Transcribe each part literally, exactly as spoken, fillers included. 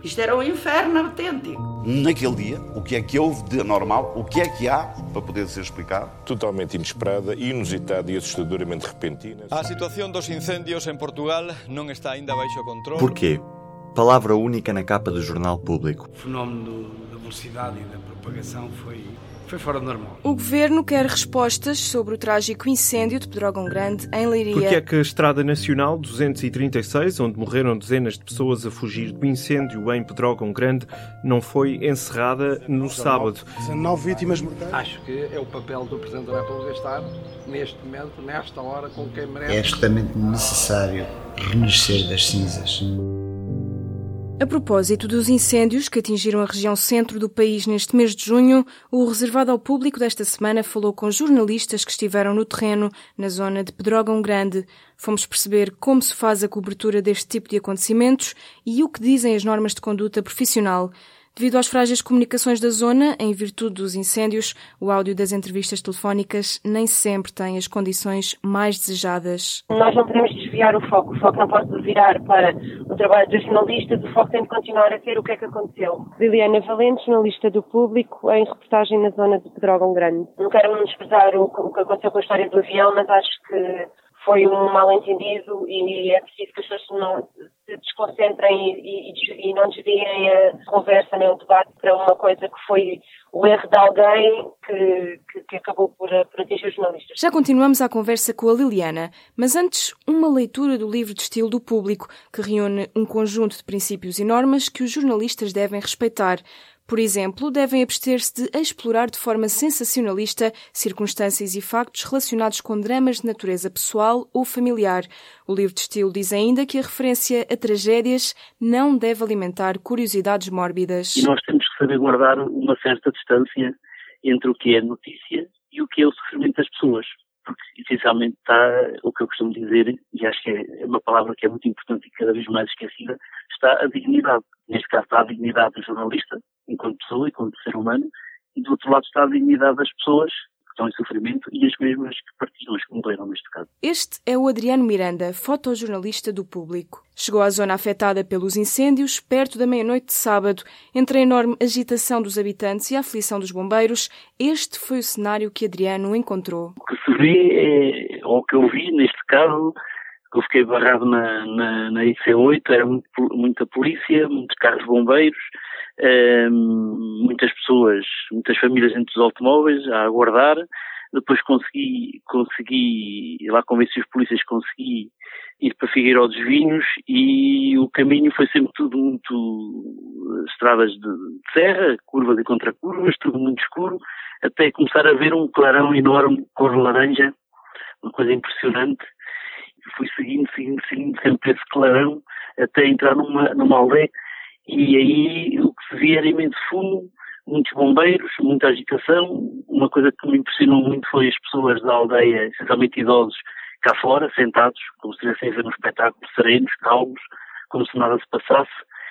Isto era um inferno autêntico. Naquele dia, o que é que houve de anormal, o que é que há para poder ser explicado? Totalmente inesperada, inusitada e assustadoramente repentina. A situação dos incêndios em Portugal não está ainda baixo controle. Porquê? Palavra única na capa do Jornal Público. O fenómeno da velocidade e da propagação foi, foi fora do normal. O Governo quer respostas sobre o trágico incêndio de Pedrógão Grande, em Leiria. Porque é que a Estrada Nacional duzentos e trinta e seis, onde morreram dezenas de pessoas a fugir do incêndio em Pedrógão Grande, não foi encerrada no sábado? dezenove vítimas mortais. Acho que é o papel do Presidente da República estar, neste momento, nesta hora, com quem merece. É absolutamente necessário renascer das cinzas. A propósito dos incêndios que atingiram a região centro do país neste mês de junho, o Reservado ao Público desta semana falou com jornalistas que estiveram no terreno, na zona de Pedrógão Grande. Fomos perceber como se faz a cobertura deste tipo de acontecimentos e o que dizem as normas de conduta profissional. Devido às frágeis comunicações da zona, em virtude dos incêndios, o áudio das entrevistas telefónicas nem sempre tem as condições mais desejadas. Nós não podemos desviar o foco, o foco não pode virar para o trabalho dos jornalistas, o foco tem de continuar a ser o que é que aconteceu. Liliana Valente, jornalista do Público, em reportagem na zona de Pedrógão Grande. Não quero desprezar o, o que aconteceu com a história do avião, mas acho que foi um mal-entendido e é preciso que as pessoas não se desconcentrem e, e, e não desviem a conversa nem o debate para uma coisa que foi o erro de alguém que, que, que acabou por, por atingir os jornalistas. Já continuamos a conversa com a Liliana, mas antes uma leitura do livro de estilo do Público, que reúne um conjunto de princípios e normas que os jornalistas devem respeitar. Por exemplo, devem abster-se de explorar de forma sensacionalista circunstâncias e factos relacionados com dramas de natureza pessoal ou familiar. O livro de estilo diz ainda que a referência a tragédias não deve alimentar curiosidades mórbidas. E nós temos que saber guardar uma certa distância entre o que é notícia e o que é o sofrimento das pessoas. Porque, essencialmente, está o que eu costumo dizer, e acho que é uma palavra que é muito importante e cada vez mais esquecida, está a dignidade. Neste caso está a dignidade do jornalista, enquanto pessoa, enquanto ser humano, e do outro lado está a dignidade das pessoas que estão em sofrimento e as mesmas que partilham, as que morreram neste caso. Este é o Adriano Miranda, fotojornalista do Público. Chegou à zona afetada pelos incêndios perto da meia-noite de sábado. Entre a enorme agitação dos habitantes e a aflição dos bombeiros, este foi o cenário que Adriano encontrou. O que se vê, é, ou o que eu vi neste caso, que eu fiquei barrado na, na, na I C oito, era muito, muita polícia, muitos carros de bombeiros, hum, muitas pessoas, muitas famílias dentro dos automóveis a aguardar. Depois consegui, consegui, lá convenci os polícias, consegui ir para Figueiró dos Vinhos e o caminho foi sempre tudo muito estradas de, de serra, curvas e contracurvas, tudo muito escuro, até começar a ver um clarão enorme, cor laranja, uma coisa impressionante. Fui seguindo, seguindo, seguindo sempre esse clarão até entrar numa, numa aldeia e aí o que se via era imenso fumo, muitos bombeiros, muita agitação. Uma coisa que me impressionou muito foi as pessoas da aldeia, essencialmente idosos, cá fora, sentados, como se estivessem a ver um espetáculo, serenos, calmos, como se nada se passasse.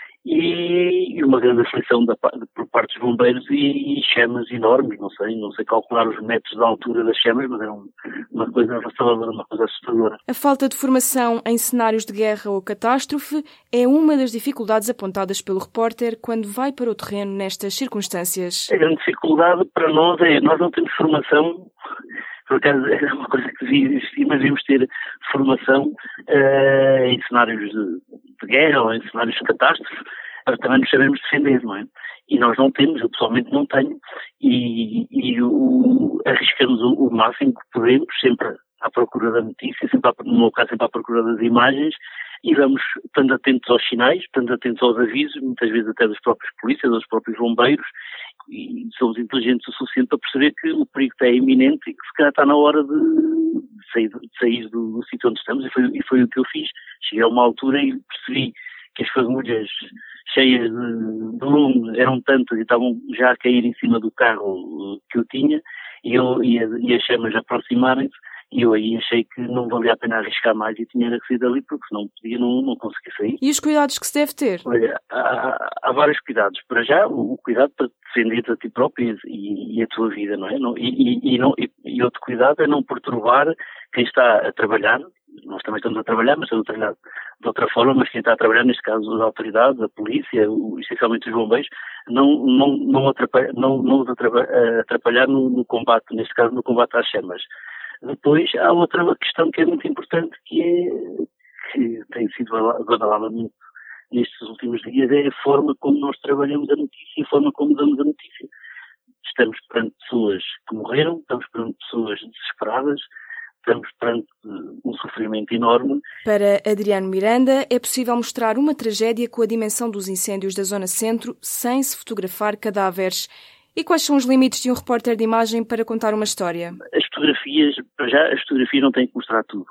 E uma grande aflição da, por parte dos bombeiros e, e chamas enormes, não sei, não sei calcular os metros da altura das chamas, mas era um, uma coisa avassaladora, uma coisa assustadora. A falta de formação em cenários de guerra ou catástrofe é uma das dificuldades apontadas pelo repórter quando vai para o terreno nestas circunstâncias. A grande dificuldade para nós é, nós não temos formação. Por acaso é uma coisa que devia, mas devíamos ter formação uh, em cenários de, de guerra ou em cenários de catástrofe, para também nos sabermos defender, não é? E nós não temos, eu pessoalmente não tenho, e, e o, arriscamos o, o máximo que podemos, sempre à procura da notícia, sempre à, no meu caso sempre à procura das imagens, e vamos estando atentos aos sinais, estando atentos aos avisos, muitas vezes até das próprias polícias, dos próprios bombeiros, e somos inteligentes o suficiente para perceber que o perigo está iminente e que se calhar está na hora de, de sair, de sair do, do sítio onde estamos, e foi, e foi o que eu fiz. Cheguei a uma altura e percebi que as fagulhas cheias de, de lume eram tantas e estavam já a cair em cima do carro que eu tinha, e, eu, e, a, e as chamas aproximarem-se, e eu aí achei que não valia a pena arriscar mais e tinha que sair dali, porque senão podia não, não conseguir sair. E os cuidados que se deve ter? Olha, há, há vários cuidados. Para já, o, o cuidado para defender a ti próprio e, e a tua vida, não é? Não, e, e, e, não, e, e outro cuidado é não perturbar quem está a trabalhar, nós também estamos a trabalhar, mas estamos a trabalhar de outra forma, mas quem está a trabalhar, neste caso, as autoridades, a polícia, o, essencialmente os bombeiros, não, não, não, atrapalhar, não, não os atrapalhar, atrapalhar no, no combate, neste caso, no combate às chamas. Depois, há outra questão que é muito importante, que é, que tem sido badalada muito nestes últimos dias, é a forma como nós trabalhamos a notícia, a forma como damos a notícia. Estamos perante pessoas que morreram, estamos perante pessoas desesperadas, estamos perante um sofrimento enorme. Para Adriano Miranda, é possível mostrar uma tragédia com a dimensão dos incêndios da Zona Centro sem se fotografar cadáveres. E quais são os limites de um repórter de imagem para contar uma história? As fotografias, para já, as fotografias não têm que mostrar tudo.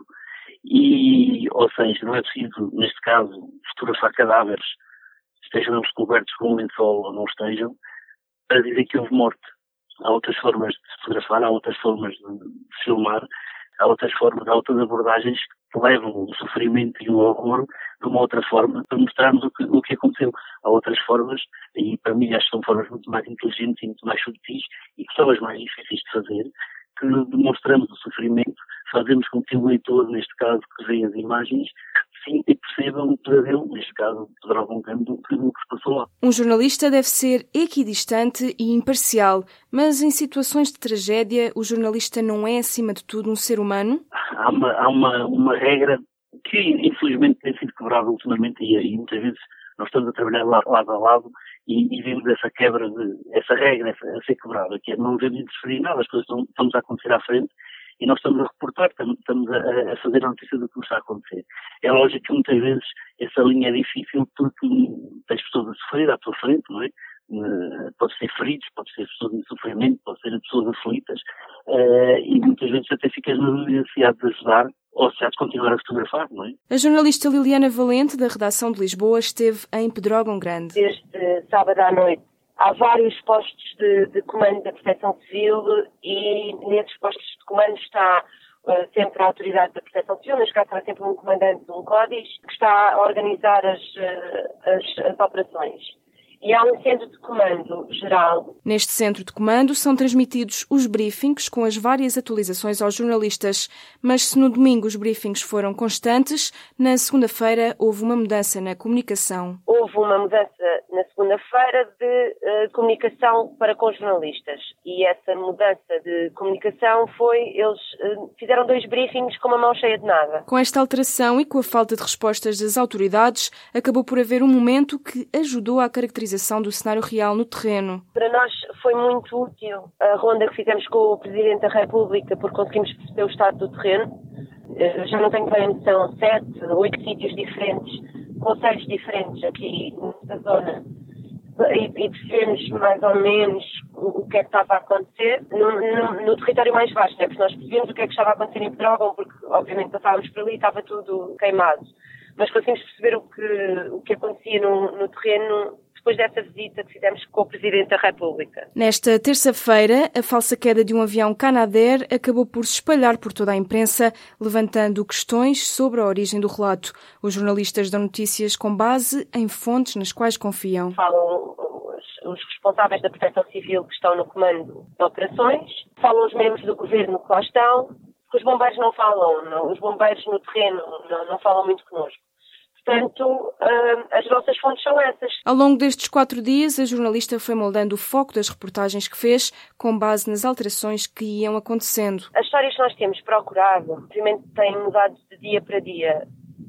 E, ou seja, não é preciso, neste caso, fotografar cadáveres, estejam eles cobertos com um lençol ou não estejam, para dizer que houve morte. Há outras formas de fotografar, há outras formas de filmar, há outras formas, há outras abordagens que levam o sofrimento e o horror de uma outra forma para mostrarmos o que, o que aconteceu. Há outras formas, e para mim acho que são formas muito mais inteligentes e muito mais sutis e que são as mais difíceis de fazer, que demonstramos o sofrimento, fazemos com que o leitor, neste caso, que vê as imagens, sinta e perceba um pesadelo, neste caso, poderá algum campo do que se passou lá. Um jornalista deve ser equidistante e imparcial, mas em situações de tragédia, o jornalista não é, acima de tudo, um ser humano? Há uma, há uma, uma regra que, infelizmente, tem sido quebrada ultimamente e, e muitas vezes nós estamos a trabalhar lado, lado a lado e, e vemos essa quebra, de, essa regra essa, a ser quebrada, que é não devemos interferir nada, as coisas estão, estamos a acontecer à frente e nós estamos a reportar, estamos a, a fazer a notícia do que está a acontecer. É lógico que muitas vezes essa linha é difícil porque tens pessoas a sofrer à tua frente, não é? Pode ser feridos, pode ser pessoas em sofrimento, pode ser pessoas aflitas uh, e muitas vezes até ficas na dúvida se há de ajudar ou se há de continuar a fotografar, não é? A jornalista Liliana Valente, da redação de Lisboa, esteve em Pedrógão Grande. Desde sábado à noite há vários postos de, de comando da Proteção Civil e nesses postos de comando está uh, sempre a autoridade da Proteção Civil, neste caso está sempre um comandante de um código que está a organizar as, as, as operações. E há um centro de comando geral. Neste centro de comando são transmitidos os briefings com as várias atualizações aos jornalistas. Mas se no domingo os briefings foram constantes, na segunda-feira houve uma mudança na comunicação. Houve uma mudança na segunda-feira de uh, comunicação para com os jornalistas. E essa mudança de comunicação foi, eles uh, fizeram dois briefings com uma mão cheia de nada. Com esta alteração e com a falta de respostas das autoridades, acabou por haver um momento que ajudou à caracterização do cenário real no terreno. Para nós foi muito útil a ronda que fizemos com o Presidente da República, porque conseguimos perceber o estado do terreno. Eu já não tenho bem noção, sete, oito sítios diferentes, concelhos diferentes aqui nesta zona, e, e percebemos mais ou menos o, o que é que estava a acontecer no, no, no território mais vasto, né? Porque nós percebemos o que é que estava a acontecer em Pedrógão, porque obviamente passávamos por ali e estava tudo queimado. Mas conseguimos perceber o que, o que acontecia no, no terreno depois dessa visita que fizemos com o Presidente da República. Nesta terça-feira, a falsa queda de um avião Canadair acabou por se espalhar por toda a imprensa, levantando questões sobre a origem do relato. Os jornalistas dão notícias com base em fontes nas quais confiam. Falam os, os responsáveis da Proteção Civil que estão no comando de operações, falam os membros do governo que lá estão, que os bombeiros não falam, não, os bombeiros no terreno não, não falam muito connosco. Portanto, as nossas fontes são essas. Ao longo destes quatro dias, a jornalista foi moldando o foco das reportagens que fez, com base nas alterações que iam acontecendo. As histórias que nós temos procurado, obviamente, têm mudado de dia para dia.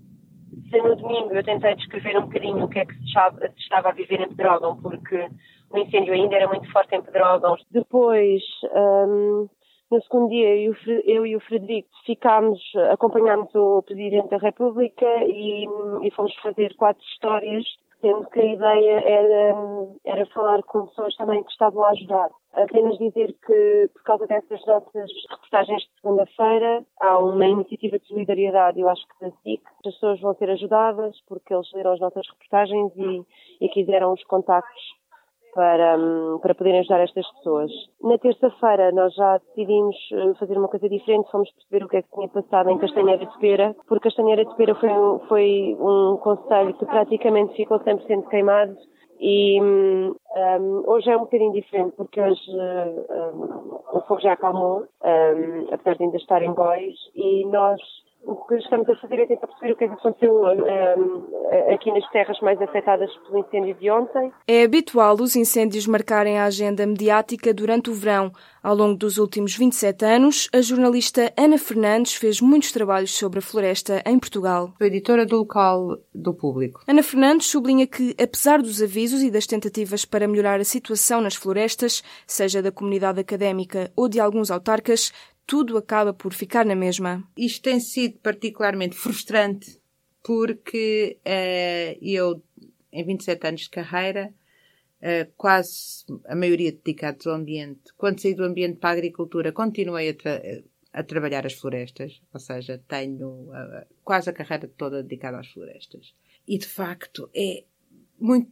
Se no domingo eu tentei descrever um bocadinho o que é que se estava a viver em Pedrógão, porque o incêndio ainda era muito forte em Pedrógão. Depois... Hum... No segundo dia, eu e o Frederico ficámos, acompanhámos o Presidente da República e, e fomos fazer quatro histórias, sendo que a ideia era, era falar com pessoas também que estavam a ajudar. Apenas dizer que, por causa dessas nossas reportagens de segunda-feira, há uma iniciativa de solidariedade, eu acho que da S I C. As pessoas vão ser ajudadas porque eles leram as nossas reportagens e, e quiseram os contactos para, para poderem ajudar estas pessoas. Na terça-feira nós já decidimos fazer uma coisa diferente, fomos perceber o que é que tinha passado em Castanheira de Pera, porque Castanheira de Pera foi, foi um concelho que praticamente ficou cem por cento queimado e um, hoje é um bocadinho diferente, porque hoje um, o fogo já acalmou, um, apesar de ainda estar em bois, e nós O que estamos a fazer é tentar perceber o que é que aconteceu um, aqui nas terras mais afetadas pelo incêndio de ontem. É habitual os incêndios marcarem a agenda mediática durante o verão. Ao longo dos últimos vinte e sete anos, a jornalista Ana Fernandes fez muitos trabalhos sobre a floresta em Portugal. Sou editora do local do Público. Ana Fernandes sublinha que, apesar dos avisos e das tentativas para melhorar a situação nas florestas, seja da comunidade académica ou de alguns autarcas, tudo acaba por ficar na mesma. Isto tem sido particularmente frustrante porque uh, eu, em vinte e sete anos de carreira, uh, quase a maioria dedicados ao ambiente, quando saí do ambiente para a agricultura, continuei a, tra- a trabalhar as florestas, ou seja, tenho uh, quase a carreira toda dedicada às florestas. E, de facto, é muito...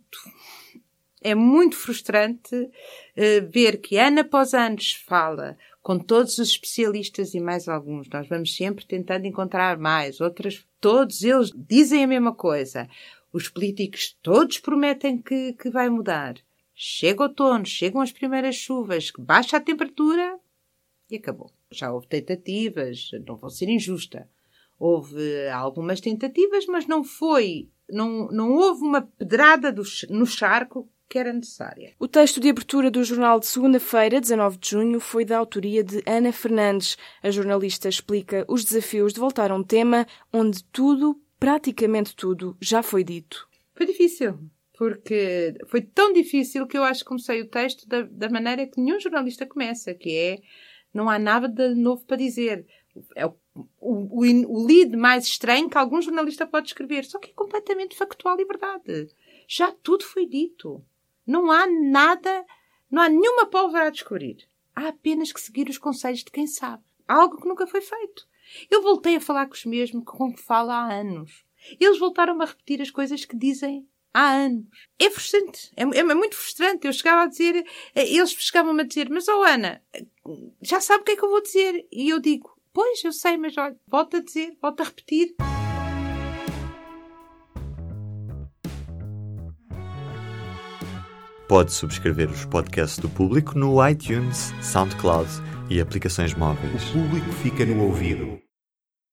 É muito frustrante uh, ver que ano após ano se fala com todos os especialistas e mais alguns. Nós vamos sempre tentando encontrar mais. Outras, todos eles dizem a mesma coisa. Os políticos todos prometem que, que vai mudar. Chega o outono, chegam as primeiras chuvas, baixa a temperatura e acabou. Já houve tentativas, não vou ser injusta. Houve algumas tentativas, mas não foi, não, não houve uma pedrada do, no charco que era necessária. O texto de abertura do jornal de segunda-feira, dezanove de junho, foi da autoria de Ana Fernandes. A jornalista explica os desafios de voltar a um tema onde tudo, praticamente tudo, já foi dito. Foi difícil, porque foi tão difícil que eu acho que comecei o texto da, da maneira que nenhum jornalista começa, que é, não há nada de novo para dizer. É o, o, o lead mais estranho que algum jornalista pode escrever, só que é completamente factual e verdade. Já tudo foi dito. Não há nada, não há nenhuma pólvora a descobrir. Há apenas que seguir os conselhos de quem sabe. Algo que nunca foi feito. Eu voltei a falar com os mesmos com que falo há anos. Eles voltaram a repetir as coisas que dizem há anos. É frustrante. É, é muito frustrante. Eu chegava a dizer, eles chegavam-me a dizer, mas oh Ana, já sabe o que é que eu vou dizer? E eu digo, pois, eu sei, mas olha, volto a dizer, volto a repetir. Pode subscrever os podcasts do Público no iTunes, SoundCloud e aplicações móveis. O Público fica no ouvido.